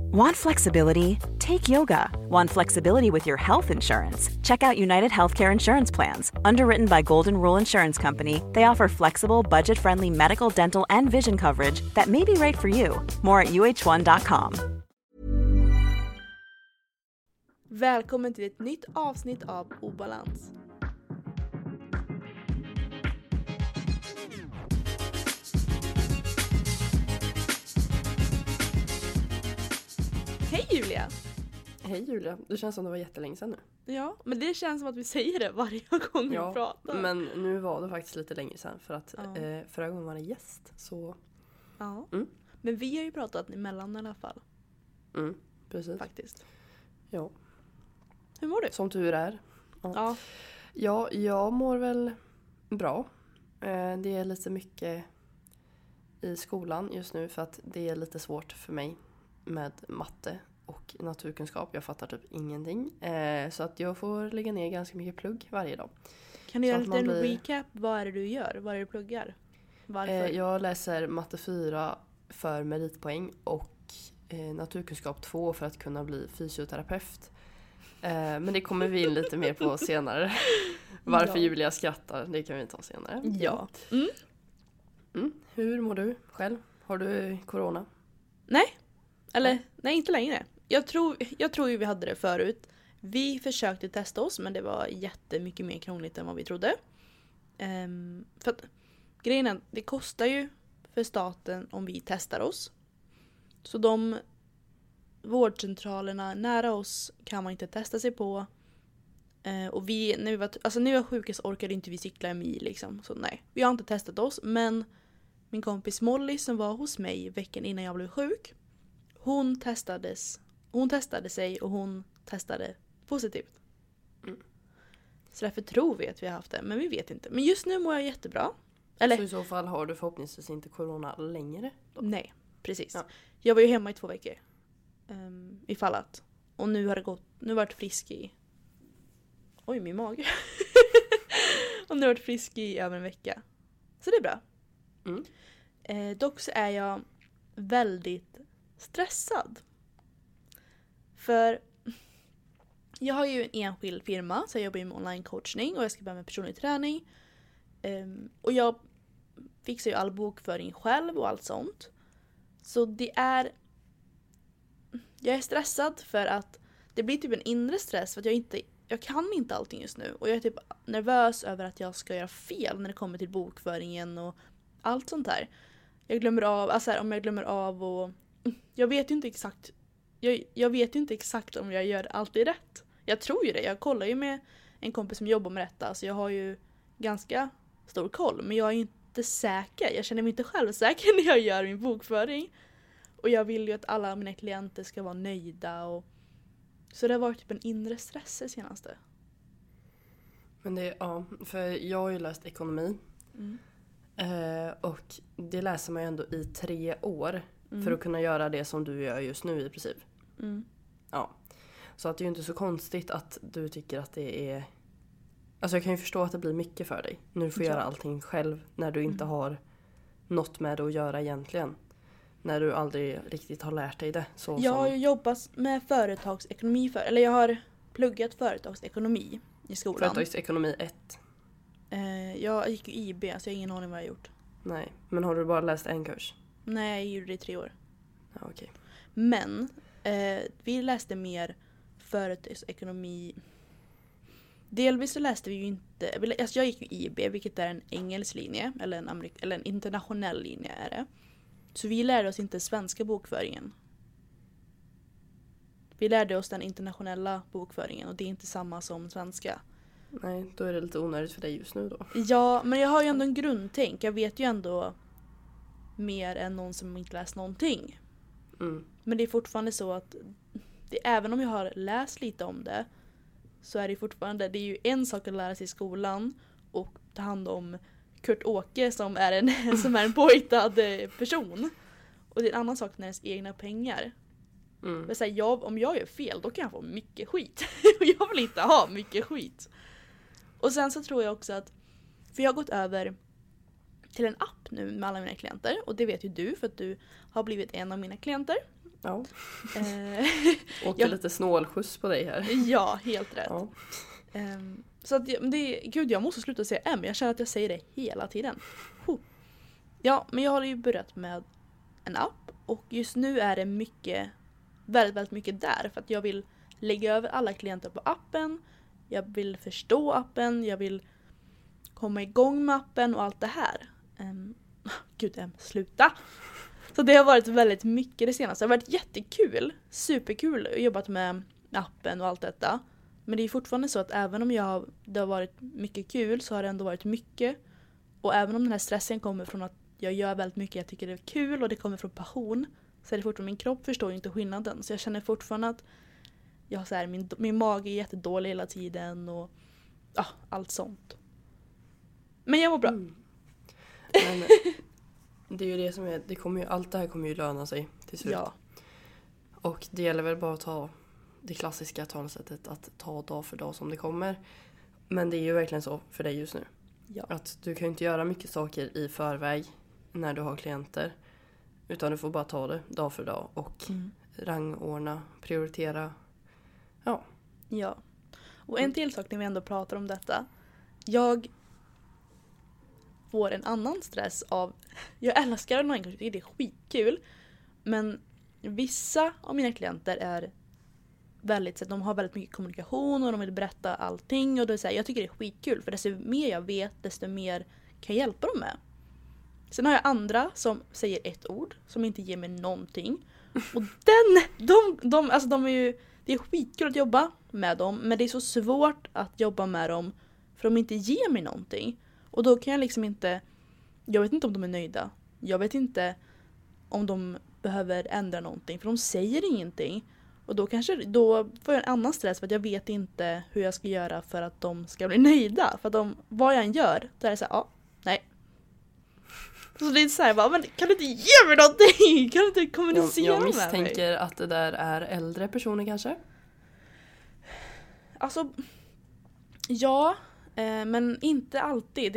Want flexibility? Take yoga. Want flexibility with your health insurance? Check out United Healthcare Insurance Plans. Underwritten by Golden Rule Insurance Company, they offer flexible, budget-friendly medical, dental, and vision coverage that may be right for you. More at uh1.com. Välkommen till ett nytt avsnitt av Obalans. Hej Julia! Hej Julia, det känns som det var jättelänge sedan nu. Ja, men det känns som att vi säger det varje gång vi pratar. Men nu var det faktiskt lite längre sedan för att förra gången var det gäst. Så... Ja, men vi har ju pratat emellan i alla fall. Precis. Faktiskt. Ja. Hur mår du? Som tur är. Ja, jag mår väl bra. Det är lite mycket i skolan just nu för att det är lite svårt för mig med matte och naturkunskap. Jag fattar typ ingenting. Så att jag får lägga ner ganska mycket plugg varje dag. Kan du göra en liten recap? Vad är det du gör? Vad är det du pluggar? Varför? Jag läser matte 4 för meritpoäng och naturkunskap 2 för att kunna bli fysioterapeut. Men det kommer vi in lite mer på senare. Varför Julia skrattar, det kan vi ta senare. Ja. Hur mår du själv? Har du corona? Nej, inte längre. Jag tror ju vi hade det förut. Vi försökte testa oss, men det var jättemycket mer krångligt än vad vi trodde. För att grejen är, det kostar ju för staten om vi testar oss. Så de vårdcentralerna nära oss kan man inte testa sig på. Och när vi var sjuka så orkade inte vi cykla en mil liksom. Så nej, vi har inte testat oss. Men min kompis Molly som var hos mig veckan innan jag blev sjuk. Hon testade sig och hon testade positivt. Så därför tror vi att vi har haft det. Men vi vet inte. Men just nu mår jag jättebra. Eller? Så i så fall har du förhoppningsvis inte corona längre då? Nej, precis. Ja. Jag var ju hemma i 2 veckor. Ifall att. Och nu har det gått. Nu har jag varit frisk i. Oj, min mage. Och nu har jag varit frisk i över en vecka. Så det är bra. Dock så är jag väldigt stressad. För jag har ju en enskild firma. Så jag jobbar med online-coachning. Och jag ska börja med personlig träning. Och jag fixar ju all bokföring själv och allt sånt. Så jag är stressad för att det blir typ en inre stress för att jag kan inte allting just nu. Och jag är typ nervös över att jag ska göra fel när det kommer till bokföringen och allt sånt där. Jag glömmer av, om jag glömmer av och jag vet ju inte exakt. Jag vet ju inte exakt om jag gör alltid rätt. Jag tror ju det. Jag kollar ju med en kompis som jobbar med detta. Så jag har ju ganska stor koll. Men jag är ju inte säker. Jag känner mig inte självsäker när jag gör min bokföring. Och jag vill ju att alla mina klienter ska vara nöjda. Så det har varit typ en inre stress det senaste. Men för jag har ju läst ekonomi. Och det läser man ju ändå i 3 år. För att kunna göra det som du gör just nu i princip. Ja. Så att det är ju inte så konstigt att du tycker att det är... Alltså jag kan ju förstå att det blir mycket för dig. Nu du får göra allting själv när du inte har något med det att göra egentligen. När du aldrig riktigt har lärt dig det. Jag har ju jobbat med företagsekonomi eller jag har pluggat företagsekonomi i skolan. Företagsekonomi 1. Jag gick ju IB så jag har ingen aning vad jag har gjort. Nej, men har du bara läst en kurs? Nej, jag gjorde det i 3 år. Ja, okej. Men vi läste mer företagsekonomi. Delvis så läste vi ju inte... Alltså jag gick ju IB, vilket är en engelsk linje. Eller en internationell linje är det. Så vi lärde oss inte svenska bokföringen. Vi lärde oss den internationella bokföringen. Och det är inte samma som svenska. Nej, då är det lite onödigt för dig just nu då. Ja, men jag har ju ändå en grundtänk. Jag vet ju ändå mer än någon som inte läst någonting. Men det är fortfarande så att även om jag har läst lite om det så är det fortfarande, det är ju en sak att lära sig i skolan och ta hand om Kurt-Åke som är en påhittad person. Och det är en annan sak när ens egna pengar. Om jag gör fel då kan jag få mycket skit. Och jag vill inte ha mycket skit. Och sen så tror jag också att, för jag har gått över till en app nu med alla mina klienter. Och det vet ju du för att du har blivit en av mina klienter. Ja. Eh, Åker lite snålskjuts på dig här. ja, helt rätt. Ja. Så att gud, jag måste sluta säga jag känner att jag säger det hela tiden. Ja, men jag har ju börjat med en app och just nu är det väldigt, väldigt mycket där för att jag vill lägga över alla klienter på appen. Jag vill förstå appen, jag vill komma igång med appen och allt det här. Sluta! Så det har varit väldigt mycket det senaste. Det har varit jättekul, superkul att jobba med appen och allt detta. Men det är fortfarande så att även om det har varit mycket kul så har det ändå varit mycket. Och även om den här stressen kommer från att jag gör väldigt mycket jag tycker det är kul och det kommer från passion, så är det fortfarande, min kropp förstår ju inte skillnaden. Så jag känner fortfarande att jag har så här, min mage är jättedålig hela tiden och allt sånt. Men jag mår bra. Men det är ju det som är, allt det här kommer ju löna sig till slut. Ja. Och det gäller väl bara att ta det klassiska talesättet att ta dag för dag som det kommer. Men det är ju verkligen så för dig just nu. Ja. Att du kan ju inte göra mycket saker i förväg när du har klienter. Utan du får bara ta det dag för dag och rangordna, prioritera. Ja. Ja. Och en till sak när vi ändå pratar om detta. Jag får en annan stress av... Jag älskar online, det är skitkul. Men vissa av mina klienter är väldigt... De har väldigt mycket kommunikation och de vill berätta allting. Och då är det så här, jag tycker det är skitkul. För desto mer jag vet, desto mer kan jag hjälpa dem med. Sen har jag andra som säger ett ord som inte ger mig någonting. Och de är ju... Det är skitkul att jobba med dem, men det är så svårt att jobba med dem för de inte ger mig någonting. Och då kan jag liksom inte... Jag vet inte om de är nöjda. Jag vet inte om de behöver ändra någonting, för de säger ingenting. Och då får jag en annan stress för att jag vet inte hur jag ska göra för att de ska bli nöjda. För att vad jag än gör, då är det så här, nej. Så det är så här, men kan du inte ge mig någonting? Kan du inte kommunicera med mig? Jag misstänker att det där är äldre personer kanske? Alltså, ja, men inte alltid.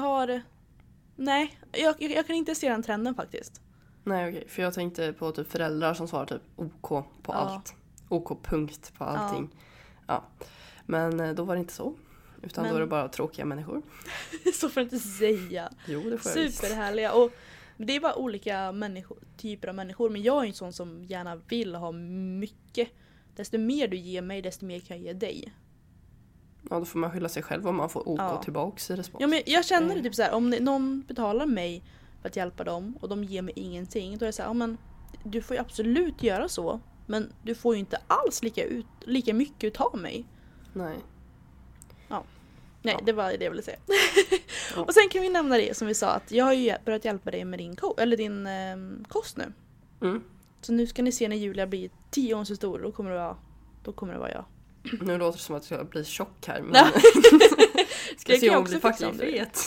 Jag kan inte se den trenden faktiskt. Nej, okej. För jag tänkte på typ föräldrar som svarar typ OK på allt. OK punkt på allting. Ja. Men då var det inte så. Utan då är det bara tråkiga människor. Så får jag inte säga. Jo, det får jag. Superhärliga. Och det är bara olika typer av människor. Men jag är ju en sån som gärna vill ha mycket. Desto mer du ger mig, desto mer kan jag ge dig. Ja, då får man skylla sig själv om man får OK tillbaks i respons. Ja, men jag känner det typ så här, om någon betalar mig för att hjälpa dem och de ger mig ingenting, då är det så här, men du får ju absolut göra så, men du får ju inte alls lika mycket utav mig. Nej. Nej, det var det jag ville säga. Och sen kan vi nämna det som vi sa, att jag har ju börjat hjälpa dig med din kost nu. Så nu ska ni se när Julia blir 10 år så stor, då kommer det vara jag. Nu låter det som att jag blir tjock här. Men ska jag se om också blir faktiskt fet.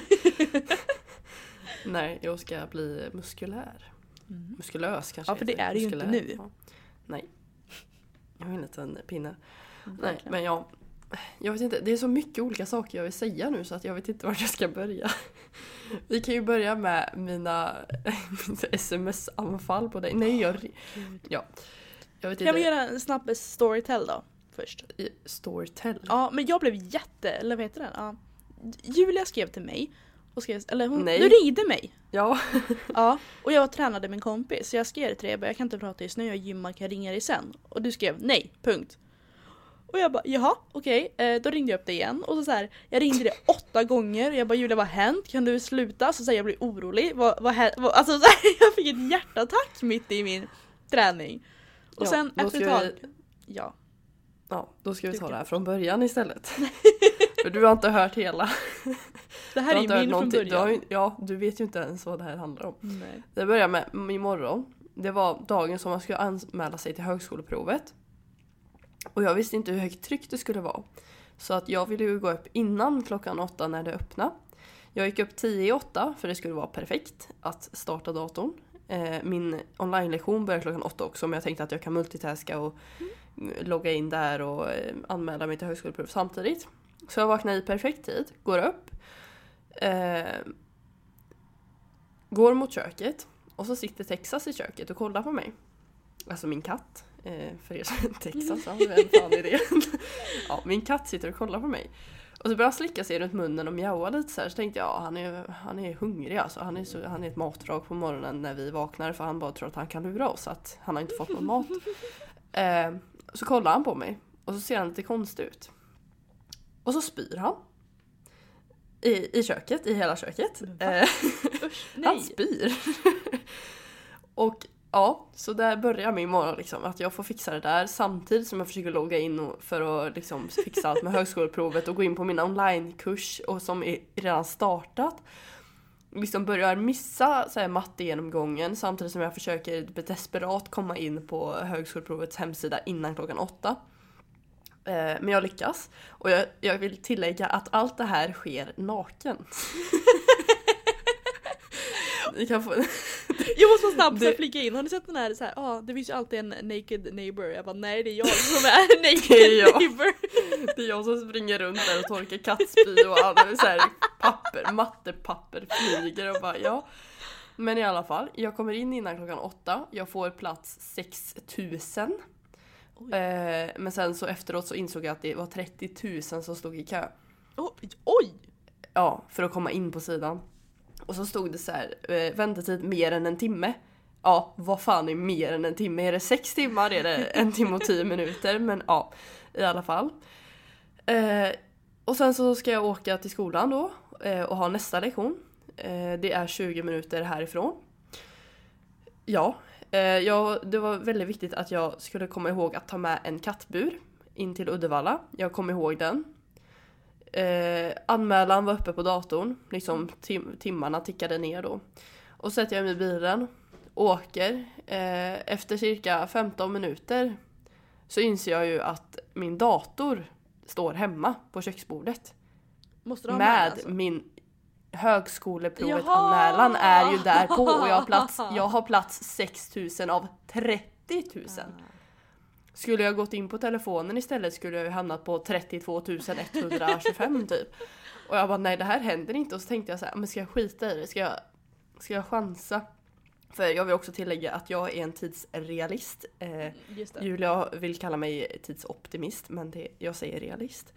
Nej, jag ska bli muskulär. Muskulös kanske. Ja, för det är det ju inte nu. Ja. Nej. Jag har en liten pinne. Nej, men jag vet inte. Det är så mycket olika saker jag vill säga nu så att jag vet inte var jag ska börja. Vi kan ju börja med mina sms-anfall på dig. Nej, jag vet inte. Kan vi göra en snabb storytell då? Först. Storytell? Ja, men jag blev eller vad heter det? Ja. Julia skrev till mig och hon ringde mig. Ja. Ja, och jag tränade med en kompis. Så jag skrev till dig, jag kan inte prata just nu, jag gymmar, kan jag ringa dig sen? Och du skrev nej, punkt. Och jag bara, jaha, okej. Då ringde jag upp dig igen. Och så här, jag ringde dig 8 gånger. Jag bara, Julia, vad har hänt? Kan du sluta? Så jag blev orolig. Alltså, så här, jag fick ett hjärtattack mitt i min träning. Och sen efter ett tag... Ja, då ska vi ta det här från början istället. För du har inte hört hela. Det här är ju min från början. Du vet ju inte ens vad det här handlar om. Nej. Det börjar med imorgon. Det var dagen som man skulle anmäla sig till högskoleprovet. Och jag visste inte hur högt tryck det skulle vara. Så att jag ville ju gå upp innan klockan 8 när det öppnade. Jag gick upp 10:08 för det skulle vara perfekt att starta datorn. Min online-lektion börjar klockan 8 också, men jag tänkte att jag kan multitaska och logga in där och anmäla mig till högskoleprov samtidigt. Så jag vaknar i perfekt tid, går upp, går mot köket och så sitter Texas i köket och kollar på mig. Alltså min katt. För er som är i Texas, vem fan är det? Ja, min katt sitter och kollar på mig. Och så började han slicka sig runt munnen och mjaua lite så här. Så tänkte jag, han är hungrig alltså. Han är ett matdrag på morgonen när vi vaknar. För han bara tror att han kan lura oss. Att han har inte fått någon mat. Så kollar han på mig. Och så ser han lite konstig ut. Och så spyr han. I köket, i hela köket. Han spyr. Och ja, så där börjar min morgon liksom. Att jag får fixa det där samtidigt som jag försöker logga in för att liksom fixa allt med högskoleprovet och gå in på min onlinekurs och som är redan startat. Liksom börjar missa så här, mattegenomgången samtidigt som jag försöker desperat komma in på högskoleprovets hemsida innan 8:00. Men jag lyckas. Och jag vill tillägga att allt det här sker naken. Ni kan få... Jag måste snabbt flika in. Har ni sett den här så det finns ju alltid en naked neighbor. Jag bara, nej det är jag som är naked neighbor. Det är jag som springer runt där och torkar kattspy och alla så här mattepapper flyger och bara ja. Men i alla fall, jag kommer in innan 8:00. Jag får plats 6000. Men sen så efteråt så insåg jag att det var 30 000 som stod i kö. Oj! Ja, för att komma in på sidan. Och så stod det så här, väntetid mer än en timme. Ja, vad fan är mer än en timme? Är det 6 timmar? Är det 1 timme och 10 minuter? Men ja, i alla fall. Och sen så ska jag åka till skolan då och ha nästa lektion. Det är 20 minuter härifrån. Ja, det var väldigt viktigt att jag skulle komma ihåg att ta med en kattbur in till Uddevalla. Jag kom ihåg den. Anmälan var uppe på datorn. Liksom timmarna tickade ner då. Och sätter jag mig i bilen. Åker. Efter cirka 15 minuter så inser jag ju att min dator står hemma på köksbordet. Måste du ha med alltså? Min högskoleprovet-anmälan är ju där på. Och jag har plats 6000 av 30 000. Skulle jag gått in på telefonen istället skulle jag ju hamnat på 32 125 typ. Och jag bara, nej det här händer inte. Och så tänkte jag så här, men ska jag skita i det? Ska jag chansa? För jag vill också tillägga att jag är en tidsrealist. Julia vill kalla mig tidsoptimist, men jag säger realist.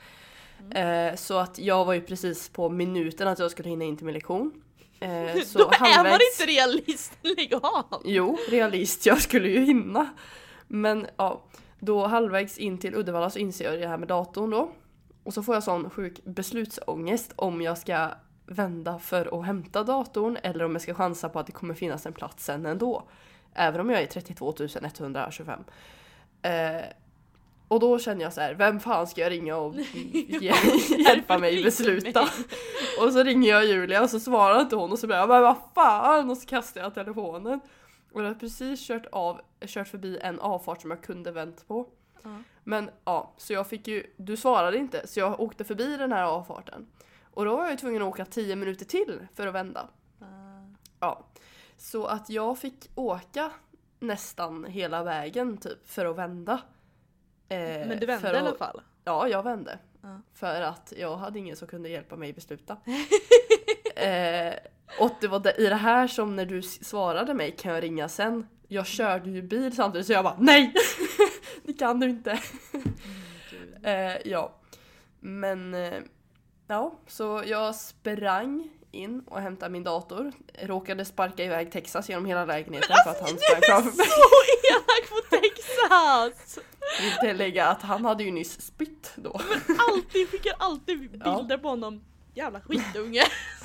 Så att jag var ju precis på minuten att jag skulle hinna in till min lektion. Så då är man inte realist, lägg av! Jo, realist, jag skulle ju hinna. Men ja, då halvvägs in till Uddevalla så inser jag det här med datorn då. Och så får jag sån sjuk beslutsångest om jag ska vända för att hämta datorn eller om jag ska chansa på att det kommer finnas en plats sen ändå. Även om jag är 32 125. Och då känner jag så här, vem fan ska jag ringa och hjälpa mig besluta? Och så ringer jag Julia och så svarar inte hon och så blir jag, men vad fan? Och så kastar jag telefonen. Och jag har precis kört förbi en avfart som jag kunde vänt på. Men ja, så jag fick ju, du svarade inte, så jag åkte förbi den här avfarten. Och då var jag ju tvungen att åka 10 minuter till för att vända. Ja, så att jag fick åka nästan hela vägen typ för att vända. Men du vände i alla fall? Ja, jag vände. För att jag hade ingen som kunde hjälpa mig besluta. Och det var i det här som när du svarade mig, kan jag ringa sen? Jag körde ju bil samtidigt så jag bara, nej! Det kan du inte. Ja. Men ja, så jag sprang in och hämtade min dator. Råkade sparka iväg Texas genom hela lägenheten för att han sprang framför mig. Så elak på Texas! Vill tillägga att han hade ju nyss spytt då. Men fick jag alltid bilder på honom. Jävla skitunge.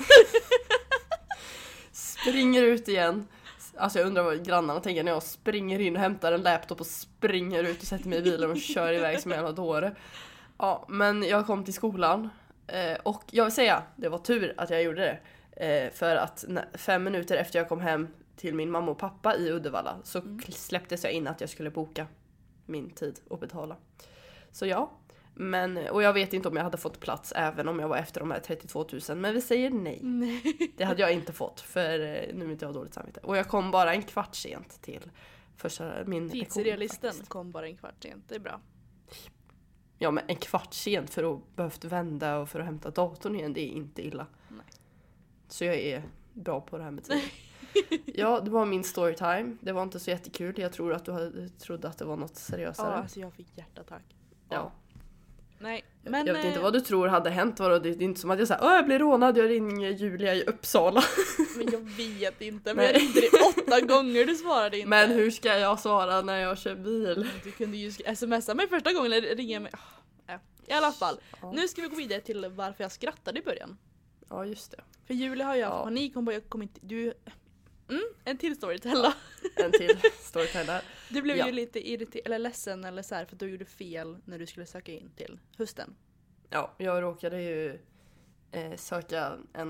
Springer ut igen. Alltså jag undrar vad grannarna tänker när jag springer in och hämtar en laptop och springer ut och sätter mig i bilen och kör iväg som en jävla dåre. Ja, men jag kom till skolan. Och jag vill säga, det var tur att jag gjorde det. För att 5 minuter efter jag kom hem till min mamma och pappa i Uddevalla så släpptes jag in att jag skulle boka min tid och betala. Så ja, och jag vet inte om jag hade fått plats även om jag var efter de här 32 000. Men vi säger nej. Det hade jag inte fått för nu är inte jag dåligt samvete. Och jag kom bara en kvart sent till första min tidsrealisten kom bara en kvart sent, det är bra. Ja, men en kvart sent för att behövt vända och för att hämta datorn igen, det är inte illa. Nej. Så jag är bra på det här med tid. Ja, det var min storytime. Det var inte så jättekul. Jag tror att du trodde att det var något seriösare. Ja, alltså jag fick hjärtattack. Ja. Nej, men... Jag vet inte vad du tror hade hänt. Det är inte som att jag säger jag blir rånad, jag ringer Julia i Uppsala. Men jag vet inte. Men jag ringde dig 8 gånger, du svarade inte. Men hur ska jag svara när jag kör bil? Du kunde ju smsa mig första gången eller ringa mig. I alla fall, nu ska vi gå vidare till varför jag skrattade i början. Ja, just det. För Julia har ju haft panik, hon bara, jag kommer inte... en till storyteller. En till storyteller. Du blev ju lite irriterad, eller ledsen eller så här, för att du gjorde fel när du skulle söka in till hösten. Ja, jag råkade ju söka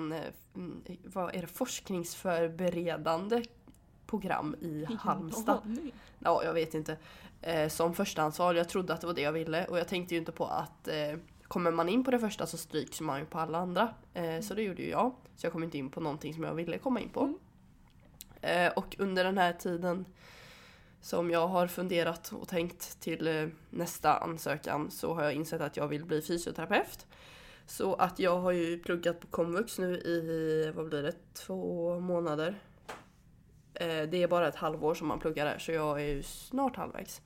forskningsförberedande program i Halmstad. Ja, jag vet inte. Som förstahandsval, jag trodde att det var det jag ville. Och jag tänkte ju inte på att kommer man in på det första så stryks man ju på alla andra. Så det gjorde ju jag. Så jag kom inte in på någonting som jag ville komma in på. Och under den här tiden som jag har funderat och tänkt till nästa ansökan så har jag insett att jag vill bli fysioterapeut. Så att jag har ju pluggat på komvux nu i, 2 månader. Det är bara ett halvår som man pluggar där, så jag är ju snart halvvägs.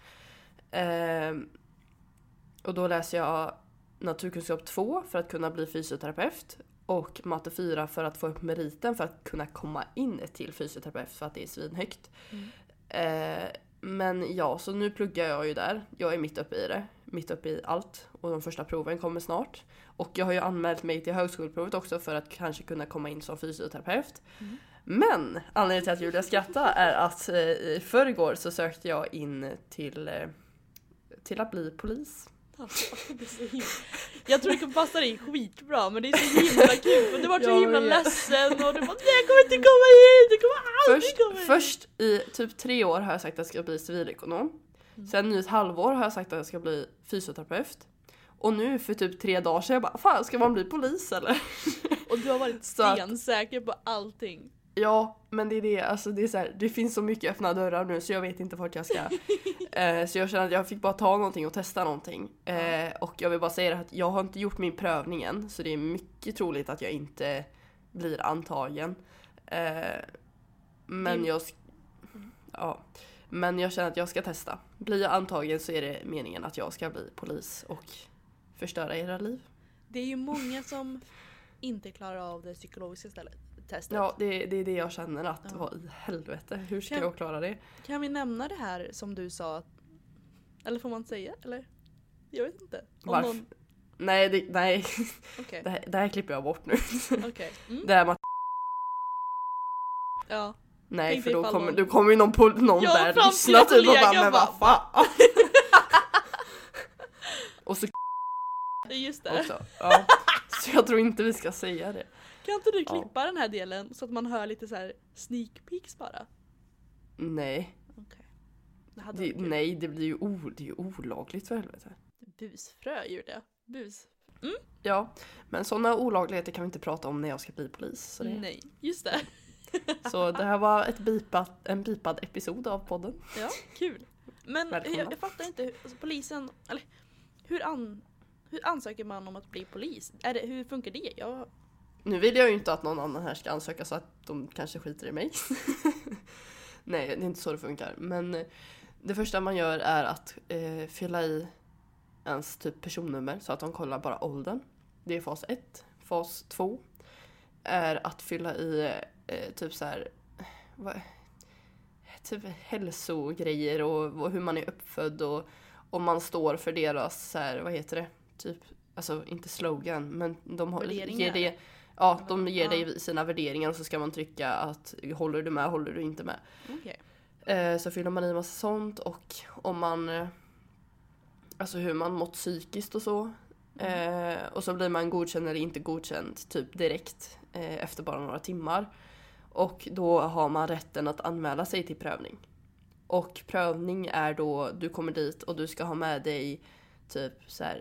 Och då läser jag naturkunskap 2 för att kunna bli fysioterapeut. Och matte 4 för att få upp meriten för att kunna komma in till fysioterapeut för att det är svinhögt. Men ja, så nu pluggar jag ju där. Jag är mitt uppe i det. Mitt uppe i allt. Och de första proven kommer snart. Och jag har ju anmält mig till högskoleprovet också för att kanske kunna komma in som fysioterapeut. Men anledningen till att Julia skrattar är att i förrgår så sökte jag in till att bli polis. Jag tror det kan passa dig skitbra, men det är så himla kul. Och du var så himla ledsen och du bara, jag kommer inte komma hit, jag kommer aldrig komma hit. Först i typ 3 år har jag sagt att jag ska bli civilekonom. Sen nu ett halvår har jag sagt att jag ska bli fysioterapeut. Och nu för typ 3 dagar så jag bara, fan, ska man bli polis eller? Och du har varit stensäker på allting. Ja, men det är det, alltså det är så här, det finns så mycket öppna dörrar nu så jag vet inte vart jag ska. Så jag känner att jag fick bara ta någonting och testa någonting. Och jag vill bara säga att jag har inte gjort min prövning än, så det är mycket troligt att jag inte blir antagen. Men jag känner att jag ska testa. Blir jag antagen så är det meningen att jag ska bli polis och förstöra era liv. Det är ju många som inte klarar av det psykologiska testet. Ja, det är det jag känner att vad i helvete, hur ska jag klara det? Kan vi nämna det här som du sa? Eller får man säga? Eller? Jag vet inte. Varför? Nej. Okay. Det här klipper jag bort nu. Okay. Det här med ja. Nej, för då kommer ju någon där lyssna typ och bara, men vad fan? Och så just det. Också. Ja. Så jag tror inte vi ska säga det. Kan inte du klippa den här delen så att man hör lite så här sneak peeks bara? Nej. Okay. Nej, det blir ju det är olagligt för helvete. Busfrö gjorde jag. Bus. Ja, men sådana olagligheter kan vi inte prata om när jag ska bli polis. Så det... Nej, just det. Så det här var en bipad episod av podden. Ja, kul. Men jag fattar inte, alltså, polisen, eller hur ansöker man om att bli polis? Hur funkar det? Nu vill jag ju inte att någon annan här ska ansöka så att de kanske skiter i mig. Nej, det är inte så det funkar. Men det första man gör är att fylla i ens typ personnummer så att de kollar bara åldern. Det är fas 1. Fas 2 är att fylla i typ så här typ hälsogrejer och hur man är uppfödd och om man står för deras så här, vad heter det? Typ, alltså inte slogan, men de ger det. Ja, de ger dig sina värderingar och så ska man trycka att håller du med, håller du inte med. Okay. Så fyller man i massa sånt och om man alltså hur man mått psykiskt och så. Och så blir man godkänd eller inte godkänd typ direkt efter bara några timmar. Och då har man rätten att anmäla sig till prövning. Och prövning är då du kommer dit och du ska ha med dig typ så här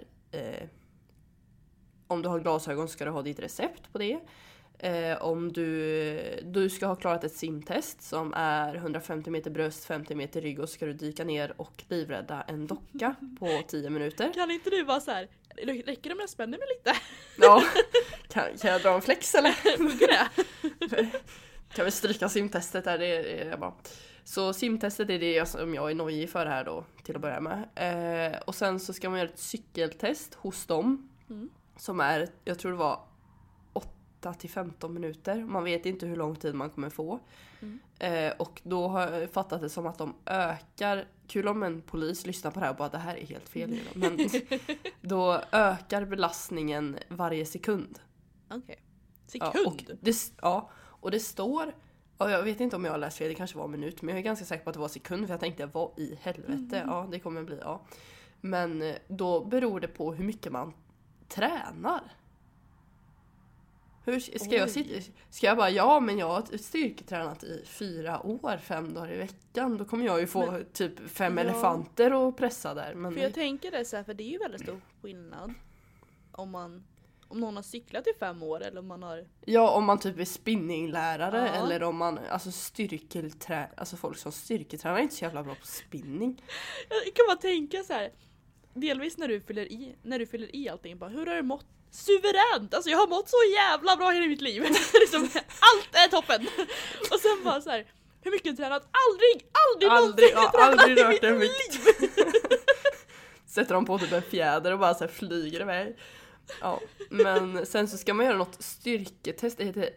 om du har glasögon ska du ha ditt recept på det. Om du ska ha klarat ett simtest som är 150 meter bröst, 50 meter rygg och ska du dyka ner och livrädda en docka på 10 minuter. Kan inte du vara så här, räcker det om jag spänner mig lite? Ja, kan jag dra en flex eller? Funkar det? Kan vi stryka simtestet där, det är bra. Så simtestet är det som jag är nojig för här då, till att börja med. Och sen så ska man göra ett cykeltest hos dem. Som är, jag tror det var 8-15 minuter. Man vet inte hur lång tid man kommer få. Och då har jag fattat det som att de ökar, kul om en polis lyssnar på det här och bara det här är helt fel. Men då ökar belastningen varje sekund. Okej. Sekund? Och det står, och jag vet inte om jag har läst fel, det kanske var en minut, men jag är ganska säker på att det var sekund, för jag tänkte, vad i helvete, ja det kommer bli, ja. Men då beror det på hur mycket man tränar. Hur ska jag sitta? Ska jag bara, ja men jag har styrketränat i 4 år, 5 dagar i veckan. Då kommer jag ju få typ 5 elefanter och pressa där. Men för jag tänker det så här, för det är ju väldigt stor skillnad om någon har cyklat i 5 år eller om man har... Ja, om man typ är spinninglärare eller om man, alltså alltså folk som styrketränar är inte så jävla bra på spinning. Jag kan bara tänka så här, delvis när du fyller i allting, bara, hur har du mått? Suveränt! Alltså jag har mått så jävla bra hela mitt liv. Liksom, allt är toppen. Och sen bara så här, hur mycket har du tränat? Aldrig rört en vikt. Sätter de på typ en fjäder och bara så här flyger iväg. Ja, men sen så ska man göra något styrketest. Det heter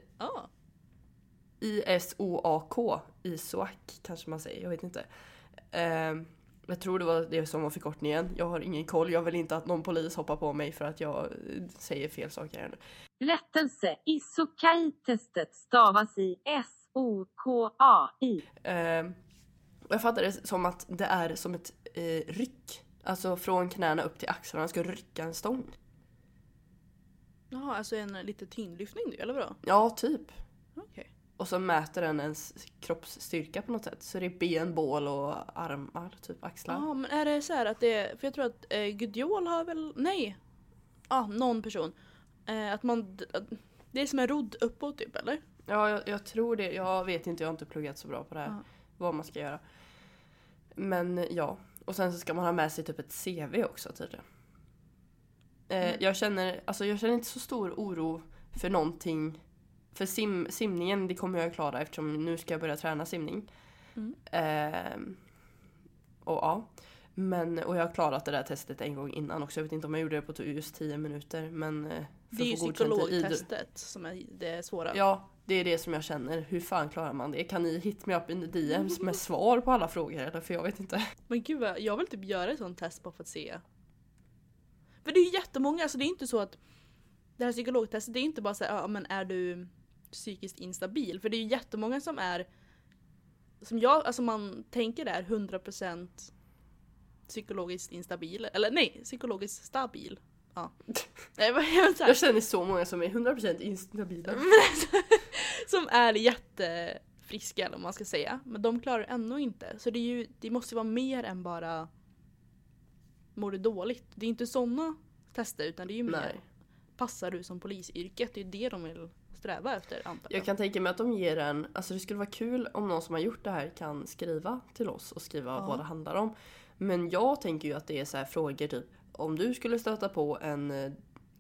ISOAK. ISOAK kanske man säger, jag vet inte. Jag tror det var det som var förkortningen. Jag har ingen koll. Jag vill inte att någon polis hoppar på mig för att jag säger fel saker här nu. Rättelse. ISOKAI-testet stavas i SOKAI. Jag fattar det som att det är som ett ryck. Alltså från knäna upp till axlarna ska rycka en stång. Jaha, alltså en lite tyngdlyftning du, eller vadå? Ja, typ. Okej. Och så mäter den ens kroppsstyrka på något sätt. Så det är ben, bål och armar, typ axlar. Ja, men är det så här att det... För jag tror att Gudiol har väl... Nej. Någon person. Att det är som en rodd uppåt typ, eller? Ja, jag tror det. Jag vet inte, jag har inte pluggat så bra på det här. Vad man ska göra. Men ja. Och sen så ska man ha med sig typ ett CV också tydligen. Jag känner inte så stor oro för någonting. För simningen, det kommer jag klara eftersom nu ska jag börja träna simning. Och jag har klarat det där testet en gång innan också. Jag vet inte om jag gjorde det på just 10 minuter. Men det är ju psykologtestet som är det svåra. Ja, det är det som jag känner. Hur fan klarar man det? Kan ni hit me up in the DMs med svar på alla frågor? Eller? För jag vet inte. Men gud, jag vill typ göra ett sånt test bara för att se. För det är ju jättemånga, alltså det är inte så att det här psykologtestet, det är inte bara så här, men är du psykiskt instabil? För det är ju jättemånga som är, alltså man tänker det är 100% psykologiskt instabil, eller nej, psykologiskt stabil. Ja. Jag känner så många som är 100% instabila. Som är jättefriska, eller vad man ska säga. Men de klarar ännu inte. Så det måste vara mer än bara mår du dåligt. Det är inte sådana tester, utan det är ju mer passar du som polisyrket. Det är det de vill sträva efter, antar jag. Jag kan tänka mig att de ger alltså det skulle vara kul om någon som har gjort det här kan skriva till oss och skriva vad det handlar om. Men jag tänker ju att det är så här frågor typ, om du skulle stöta på en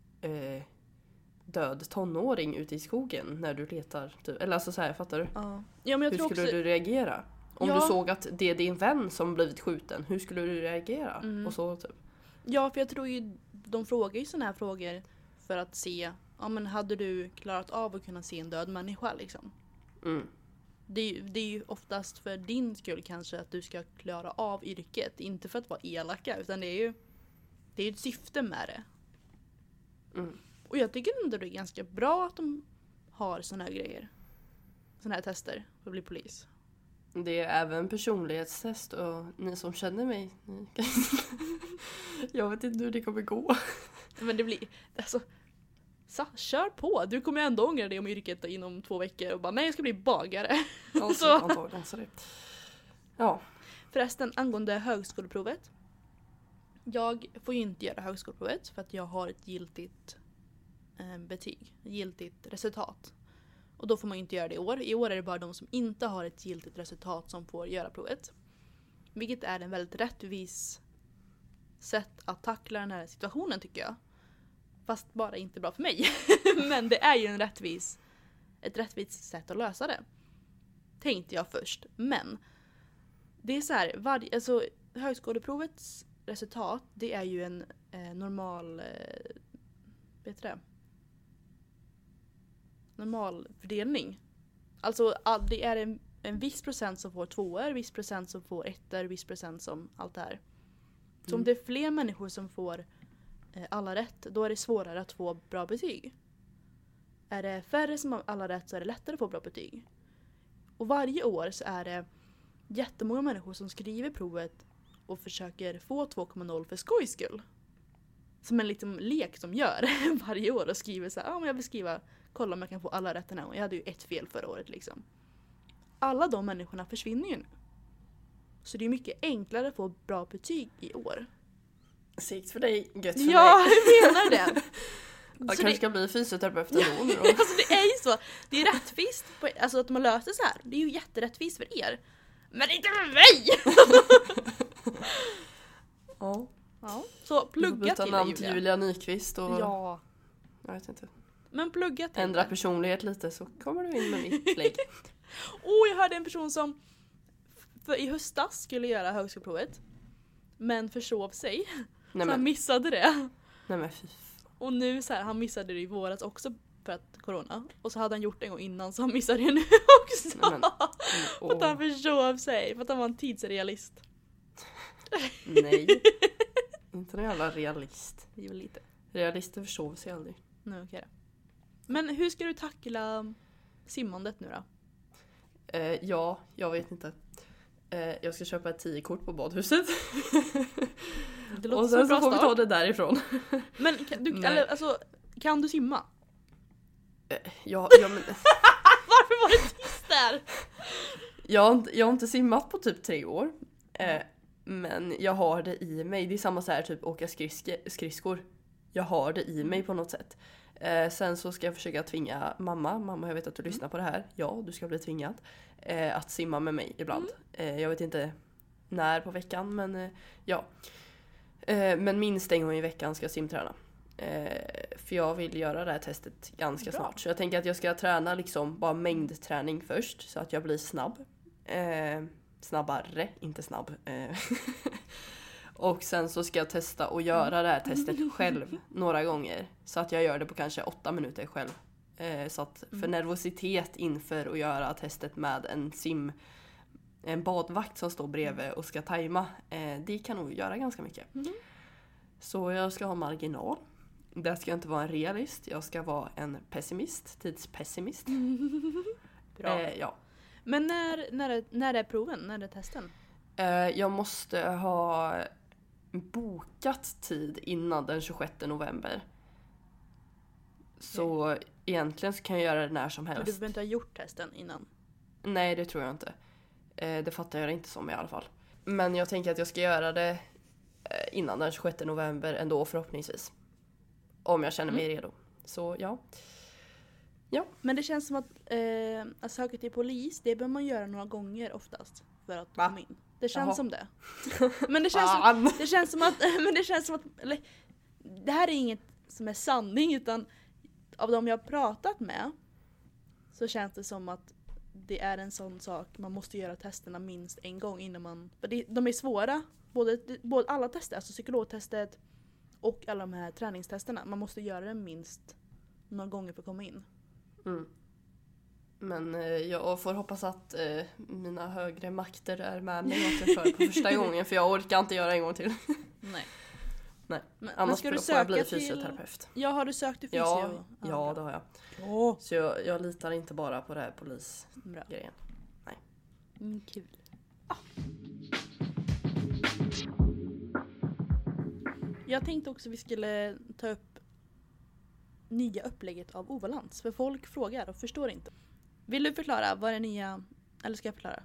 död tonåring ute i skogen när du letar typ, eller alltså så här, fattar du? Ja, men hur skulle du reagera? Om du såg att det är din vän som blivit skjuten, hur skulle du reagera? Och så typ. Ja, för jag tror ju de frågar ju såna här frågor för att se, men hade du klarat av att kunna se en död människa liksom? Det är ju oftast för din skull kanske att du ska klara av yrket, inte för att vara elaka, utan det är ju ett syfte med det. Och jag tycker ändå det är ganska bra att de har såna här grejer. Såna här tester för att bli polis. Det är även personlighetstest, och ni som känner mig, jag vet inte hur det kommer gå. Men det blir, alltså, kör på. Du kommer ändå ångra dig om yrket inom 2 veckor och bara, nej jag ska bli bagare. Ja. Förresten, angående högskoleprovet. Jag får ju inte göra högskoleprovet för att jag har ett giltigt betyg, giltigt resultat. Och då får man inte göra det i år. I år är det bara de som inte har ett giltigt resultat som får göra provet. Vilket är en väldigt rättvis sätt att tackla den här situationen, tycker jag. Fast bara inte bra för mig. Men det är ju ett rättvist sätt att lösa det. tänkte jag först. Men det är så här, alltså högskoleprovets resultat, det är ju en normal normal fördelning. Alltså det är en viss procent som får 2:or, viss procent som får 1:or, viss procent som allt det här. Så om det är fler människor som får alla rätt, då är det svårare att få bra betyg. Är det färre som har alla rätt så är det lättare att få bra betyg. Och varje år så är det jättemånga människor som skriver provet och försöker få 2,0 för skojs skull. Som en liten lek de gör varje år och skriver så här, men jag vill skriva, kolla om jag kan få alla rätt den här gången. Jag hade ju ett fel förra året liksom. Alla de människorna försvinner ju nu. Så det är mycket enklare att få bra betyg i år. Sikt för dig, gött för Ja, mig. jag menar det. Jag kanske ska bli fysioterapeut ändå. Alltså det är ju så. Det är rättvist alltså att man löser så här. Det är ju jätterättvist för er. Men inte för mig! Ja. Ja, så plugga till namn till Julia Nyqvist och... Ja. Jag vet inte. Men plugga till Ändra personlighet lite så kommer du in med mitt lägg. Jag hörde en person som i höstas skulle göra högskoleprovet. Men försov sig. Nej, så han missade det. Nej men fy. Och nu så här, han missade det i våras också för att corona. Och så hade han gjort det en gång innan så han missade det nu också. Nej, men, för att han försov sig. För att han var en tidsrealist. Nej. Inte någon jävla realist. Jo, lite. Realister försov sig aldrig. Nej, okej. Men hur ska du tackla simmandet nu då? Ja, jag vet inte. Jag ska köpa ett 10-kort på badhuset. Det låter och som en sen så bra får vi start. ta det därifrån. Men kan du simma? Ja, men... Varför var det tyst där? Jag har inte simmat på typ 3 år. Men jag har det i mig. Det är samma så här typ åka skridskor. Jag har det i mig på något sätt. Sen så ska jag försöka tvinga mamma, jag vet att du lyssnar på det här. Ja, du ska bli tvingad att simma med mig ibland. Jag vet inte när på veckan, men ja. Men minst en gång i veckan ska jag simträna. För jag vill göra det här testet ganska snart. Så jag tänker att jag ska träna liksom bara mängdträning först så att jag blir snabb. Snabbare, inte snabb. Och sen så ska jag testa att göra det här testet själv några gånger. Så att jag gör det på kanske 8 minuter själv. Så att för nervositet inför att göra testet med en badvakt som står bredvid och ska tajma. Det kan nog göra ganska mycket. Så jag ska ha marginal. Det ska inte vara en realist. Jag ska vara en pessimist. Tidspessimist. Bra. Ja. Men när är proven? När är testen? Jag måste ha bokat tid innan den 26 november. Så egentligen så kan jag göra det när som helst. Men du behöver inte ha gjort testen innan? Nej, det tror jag inte. Det fattar jag inte som i alla fall. Men jag tänker att jag ska göra det innan den 26 november ändå förhoppningsvis. Om jag känner mig redo. Så ja. Men det känns som att söka till polis, det behöver man göra några gånger oftast för att komma in. Det känns som det. Men det känns som att eller, det här är inget som är sanning, utan av de jag har pratat med så känns det som att det är en sån sak, man måste göra testerna minst en gång innan man, för de är svåra, både alla tester, alltså psykologtestet och alla de här träningstesterna, man måste göra det minst några gånger för att komma in. Men jag får hoppas att mina högre makter är med mig återför på första gången, för jag orkar inte göra en gång till. Nej. Men Annars ska du får jag bli söka fysioterapeut. Ja, har du sökt till fysio? Ja, det har jag. Ja. Så jag litar inte bara på det här polisgrejen. Nej. Kul. Jag tänkte också vi skulle ta upp nya upplägget av obalans. För folk frågar och förstår inte. Vill du förklara vad är nya, eller ska jag förklara?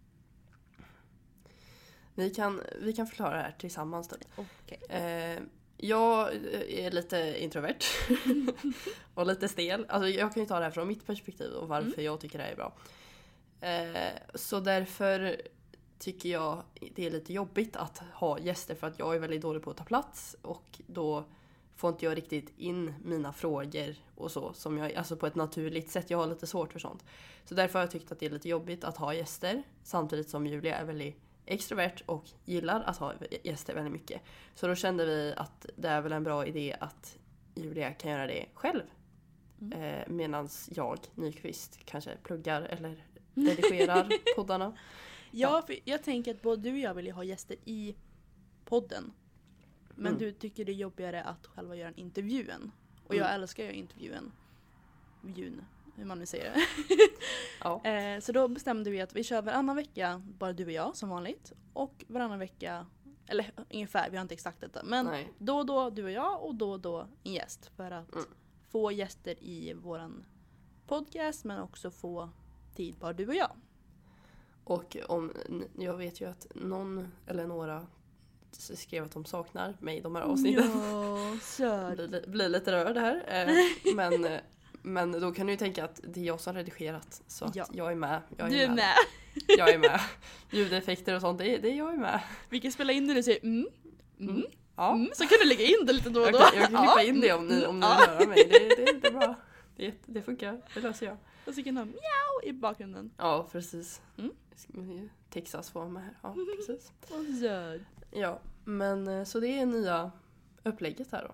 Vi kan förklara det här tillsammans då. Okay. Jag är lite introvert och lite stel. Alltså jag kan ju ta det här från mitt perspektiv och varför jag tycker det här är bra. Så därför tycker jag det är lite jobbigt att ha gäster, för att jag är väldigt dålig på att ta plats, och då får inte jag riktigt in mina frågor och så som jag, alltså på ett naturligt sätt. Jag har lite svårt för sånt. Så därför har jag tyckt att det är lite jobbigt att ha gäster, samtidigt som Julia är väldigt extrovert och gillar att ha gäster väldigt mycket. Så då kände vi att det är väl en bra idé att Julia kan göra det själv. Medan jag, Nyqvist, kanske pluggar eller redigerar poddarna. Ja, för jag tänker att både du och jag vill ju ha gäster i podden. Men du tycker det är jobbigare att själva göra en intervjun. Och jag älskar ju intervjun. Hur man nu säger det. Ja. Så då bestämde vi att vi kör varannan vecka, bara du och jag som vanligt. Och varannan vecka, eller ungefär, vi har inte exakt detta. Men då och då du och jag och då en gäst. För att få gäster i våran podcast, men också få tid bara du och jag. Och jag vet ju att någon eller några skrev att de saknar mig i de här avsnitten. Ja, söt. Blir lite rörd här. Men då kan du ju tänka att det är jag som redigerat. Så att jag är med. Du är med. Jag är med. Ljudeffekter och sånt, det är jag är med. Vi kan spela in när du säger Ja. så kan du lägga in det lite då och då. Jag kan klippa in det om ni vill höra mig. Det är bra. Det funkar, det löser jag. Och så kan du ha mjau i bakgrunden. Ja, precis. Texas får med här. Ja, precis. Ja, men så det är nya upplägget här då.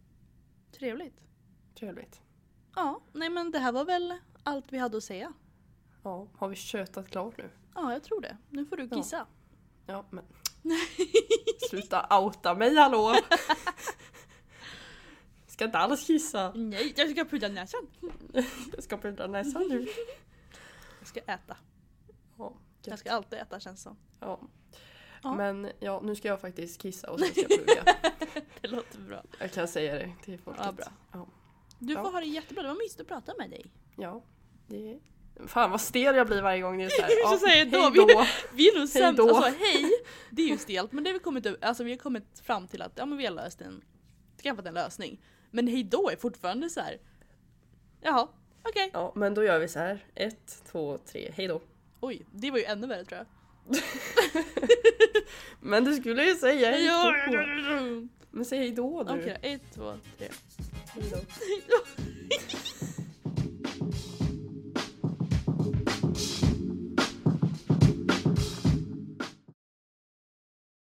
Trevligt. Ja, nej men det här var väl allt vi hade att säga. Ja, har vi tjötat klart nu? Ja, jag tror det. Nu får du kissa. Ja, men sluta outa mig, hallå! Ska inte alls kissa. Nej, jag ska pudra näsan. Jag ska pudra näsan nu. Jag ska äta. Ja, jag ska alltid äta, känns som. Ja. Men ja, nu ska jag faktiskt kissa och sen ska jag plugga. Det låter bra. Jag kan säga det till folket. Ja, bra. Ja. Du får ha det jättebra. Det var mysigt att prata med dig. Ja, det är... Fan vad stel jag blir varje gång det är så här. Jag ska säga då. Vi är nog sämst. Alltså hej, det är ju stelt. Men det vi har kommit fram till att men vi har löst skaffat en lösning. Men hej då är fortfarande så här. Jaha, okej. Ja, men då gör vi så här. 1, 2, 3, hej då. Oj, det var ju ännu värre tror jag. Men du skulle ju säga hej Ja. då. Men säg hej då du. Okej, 1, 2, 3. Hej då. Hej då.